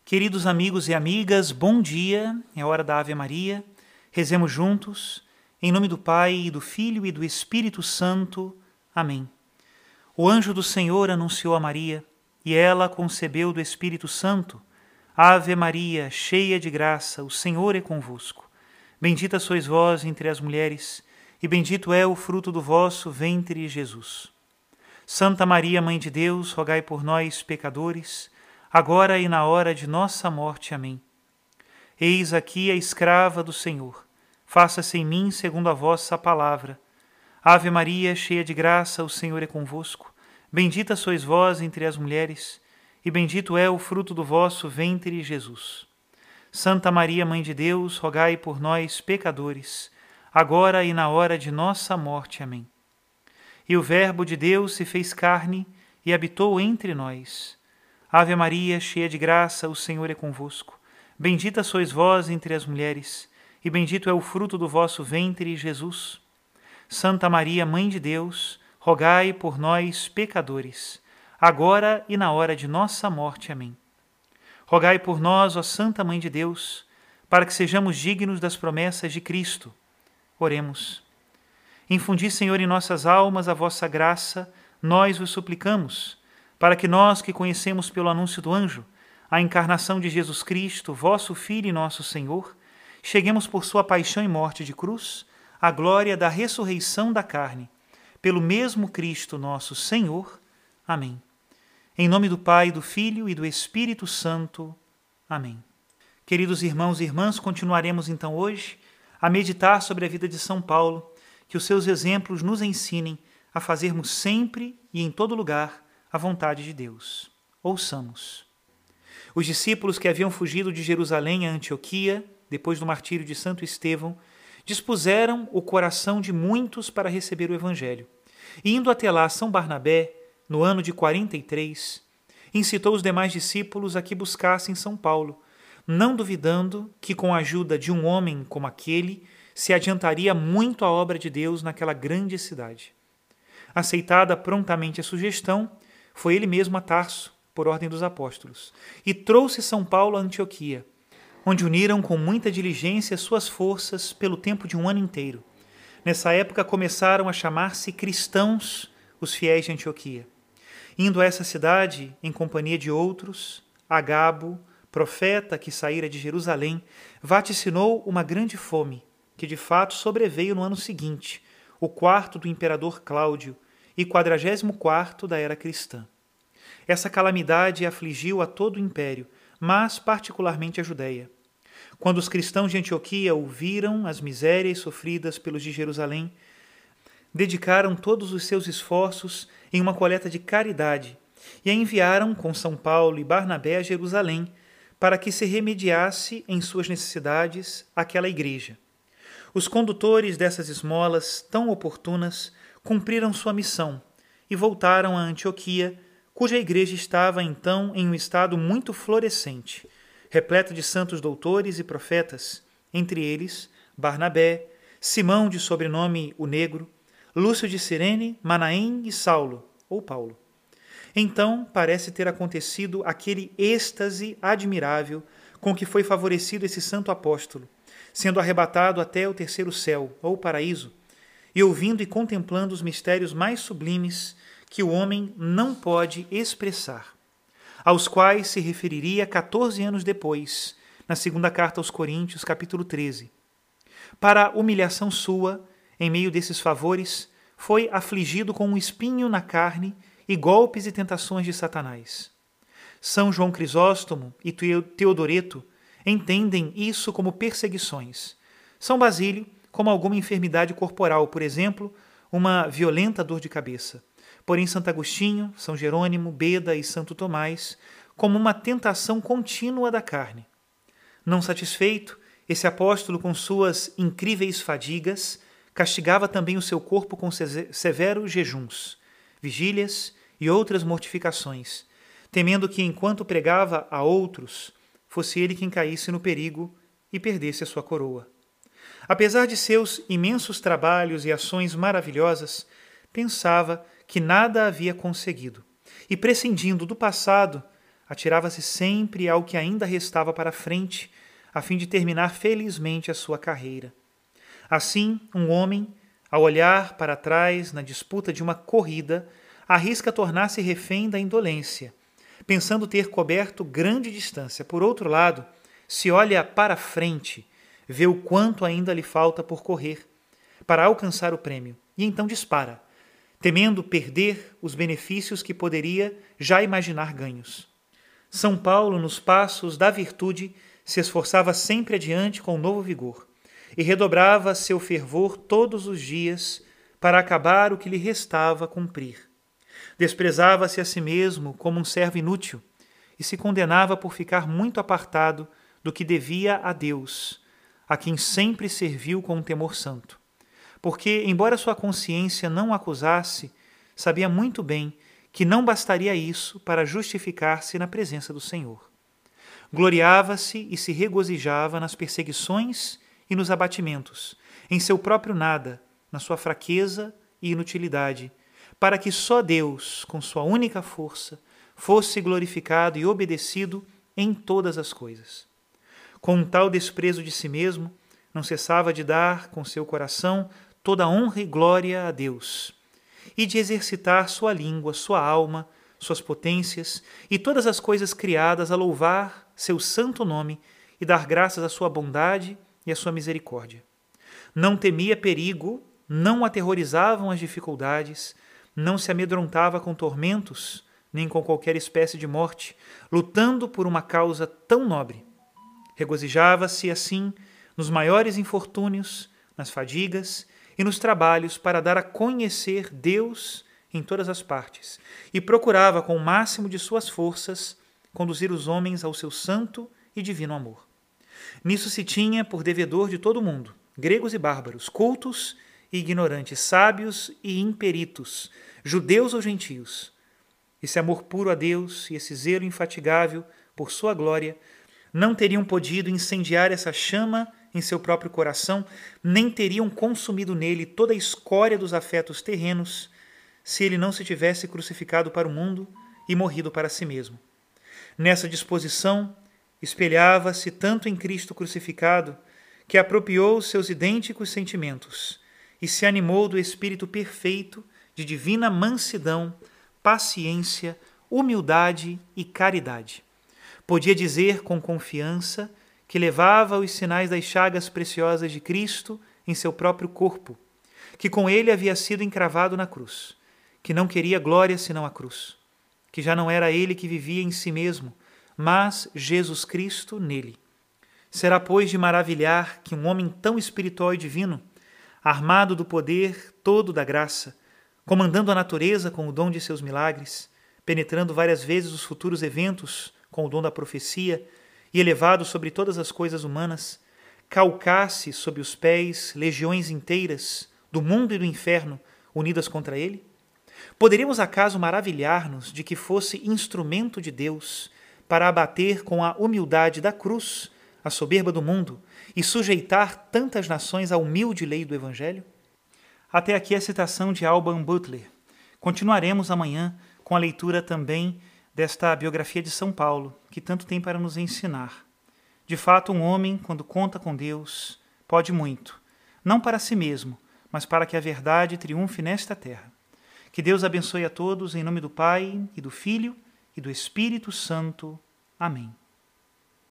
Queridos amigos e amigas, bom dia, é hora da Ave Maria. Rezemos juntos, em nome do Pai, e do Filho e do Espírito Santo. Amém. O anjo do Senhor anunciou a Maria, e ela concebeu do Espírito Santo. Ave Maria, cheia de graça, o Senhor é convosco. Bendita sois vós entre as mulheres, e bendito é o fruto do vosso ventre, Jesus. Santa Maria, Mãe de Deus, rogai por nós, pecadores, agora e na hora de nossa morte. Amém. Eis aqui a escrava do Senhor. Faça-se em mim segundo a vossa palavra. Ave Maria, cheia de graça, o Senhor é convosco. Bendita sois vós entre as mulheres, e bendito é o fruto do vosso ventre, Jesus. Santa Maria, Mãe de Deus, rogai por nós, pecadores, agora e na hora de nossa morte. Amém. E o Verbo de Deus se fez carne e habitou entre nós. Ave Maria, cheia de graça, o Senhor é convosco. Bendita sois vós entre as mulheres, e bendito é o fruto do vosso ventre, Jesus. Santa Maria, Mãe de Deus, rogai por nós, pecadores, agora e na hora de nossa morte. Amém. Rogai por nós, ó Santa Mãe de Deus, para que sejamos dignos das promessas de Cristo. Oremos. Infundi, Senhor, em nossas almas a vossa graça, nós vos suplicamos, para que nós que conhecemos pelo anúncio do anjo a encarnação de Jesus Cristo, vosso Filho e nosso Senhor, cheguemos por sua paixão e morte de cruz à glória da ressurreição da carne, pelo mesmo Cristo nosso Senhor. Amém. Em nome do Pai, do Filho e do Espírito Santo. Amém. Queridos irmãos e irmãs, continuaremos então hoje a meditar sobre a vida de São Paulo, que os seus exemplos nos ensinem a fazermos sempre e em todo lugar a vontade de Deus. Ouçamos. Os discípulos que haviam fugido de Jerusalém a Antioquia, depois do martírio de Santo Estevão, dispuseram o coração de muitos para receber o Evangelho. E indo até lá São Barnabé, no ano de 43, incitou os demais discípulos a que buscassem São Paulo, não duvidando que com a ajuda de um homem como aquele se adiantaria muito a obra de Deus naquela grande cidade. Aceitada prontamente a sugestão, foi ele mesmo a Tarso, por ordem dos apóstolos, e trouxe São Paulo a Antioquia, onde uniram com muita diligência suas forças pelo tempo de um ano inteiro. Nessa época começaram a chamar-se cristãos os fiéis de Antioquia. Indo a essa cidade, em companhia de outros, Agabo, profeta que saíra de Jerusalém, vaticinou uma grande fome, que de fato sobreveio no ano seguinte, o quarto do imperador Cláudio, e 44º da era cristã. Essa calamidade afligiu a todo o império, mas particularmente a Judéia. Quando os cristãos de Antioquia ouviram as misérias sofridas pelos de Jerusalém, dedicaram todos os seus esforços em uma coleta de caridade e a enviaram com São Paulo e Barnabé a Jerusalém para que se remediasse em suas necessidades aquela igreja. Os condutores dessas esmolas tão oportunas cumpriram sua missão e voltaram a Antioquia, cuja igreja estava então em um estado muito florescente, repleta de santos doutores e profetas, entre eles Barnabé, Simão de sobrenome o Negro, Lúcio de Cirene, Manaém e Saulo, ou Paulo. Então parece ter acontecido aquele êxtase admirável com que foi favorecido esse santo apóstolo, sendo arrebatado até o terceiro céu, ou paraíso, e ouvindo e contemplando os mistérios mais sublimes que o homem não pode expressar, aos quais se referiria 14 anos depois, na segunda carta aos Coríntios, capítulo 13. Para a humilhação sua, em meio desses favores, foi afligido com um espinho na carne e golpes e tentações de Satanás. São João Crisóstomo e Teodoreto entendem isso como perseguições. São Basílio como alguma enfermidade corporal, por exemplo, uma violenta dor de cabeça. Porém, Santo Agostinho, São Jerônimo, Beda e Santo Tomás, como uma tentação contínua da carne. Não satisfeito, esse apóstolo, com suas incríveis fadigas, castigava também o seu corpo com severos jejuns, vigílias e outras mortificações, temendo que, enquanto pregava a outros, fosse ele quem caísse no perigo e perdesse a sua coroa. Apesar de seus imensos trabalhos e ações maravilhosas, pensava que nada havia conseguido, e prescindindo do passado, atirava-se sempre ao que ainda restava para frente, a fim de terminar felizmente a sua carreira. Assim, um homem, ao olhar para trás na disputa de uma corrida, arrisca tornar-se refém da indolência, pensando ter coberto grande distância. Por outro lado, se olha para frente, vê o quanto ainda lhe falta por correr para alcançar o prêmio, e então dispara, temendo perder os benefícios que poderia já imaginar ganhos. São Paulo, nos passos da virtude, se esforçava sempre adiante com novo vigor e redobrava seu fervor todos os dias para acabar o que lhe restava cumprir. Desprezava-se a si mesmo como um servo inútil e se condenava por ficar muito apartado do que devia a Deus, a quem sempre serviu com um temor santo. Porque, embora sua consciência não o acusasse, sabia muito bem que não bastaria isso para justificar-se na presença do Senhor. Gloriava-se e se regozijava nas perseguições e nos abatimentos, em seu próprio nada, na sua fraqueza e inutilidade, para que só Deus, com sua única força, fosse glorificado e obedecido em todas as coisas. Com um tal desprezo de si mesmo, não cessava de dar com seu coração toda a honra e glória a Deus, e de exercitar sua língua, sua alma, suas potências e todas as coisas criadas a louvar seu santo nome e dar graças à sua bondade e à sua misericórdia. Não temia perigo, não o aterrorizavam as dificuldades, não se amedrontava com tormentos, nem com qualquer espécie de morte, lutando por uma causa tão nobre. Regozijava-se, assim, nos maiores infortúnios, nas fadigas e nos trabalhos para dar a conhecer Deus em todas as partes, e procurava, com o máximo de suas forças, conduzir os homens ao seu santo e divino amor. Nisso se tinha por devedor de todo o mundo, gregos e bárbaros, cultos e ignorantes, sábios e imperitos, judeus ou gentios. Esse amor puro a Deus e esse zelo infatigável por sua glória não teriam podido incendiar essa chama em seu próprio coração, nem teriam consumido nele toda a escória dos afetos terrenos, se ele não se tivesse crucificado para o mundo e morrido para si mesmo. Nessa disposição, espelhava-se tanto em Cristo crucificado, que apropriou seus idênticos sentimentos e se animou do espírito perfeito de divina mansidão, paciência, humildade e caridade. Podia dizer com confiança que levava os sinais das chagas preciosas de Cristo em seu próprio corpo, que com ele havia sido encravado na cruz, que não queria glória senão a cruz, que já não era ele que vivia em si mesmo, mas Jesus Cristo nele. Será, pois, de maravilhar que um homem tão espiritual e divino, armado do poder todo da graça, comandando a natureza com o dom de seus milagres, penetrando várias vezes os futuros eventos com o dom da profecia e elevado sobre todas as coisas humanas, calcasse sob os pés legiões inteiras do mundo e do inferno unidas contra ele? Poderíamos acaso maravilhar-nos de que fosse instrumento de Deus para abater com a humildade da cruz a soberba do mundo e sujeitar tantas nações à humilde lei do Evangelho? Até aqui a citação de Alban Butler. Continuaremos amanhã com a leitura também desta biografia de São Paulo, que tanto tem para nos ensinar. De fato, um homem, quando conta com Deus, pode muito, não para si mesmo, mas para que a verdade triunfe nesta terra. Que Deus abençoe a todos, em nome do Pai, e do Filho, e do Espírito Santo. Amém.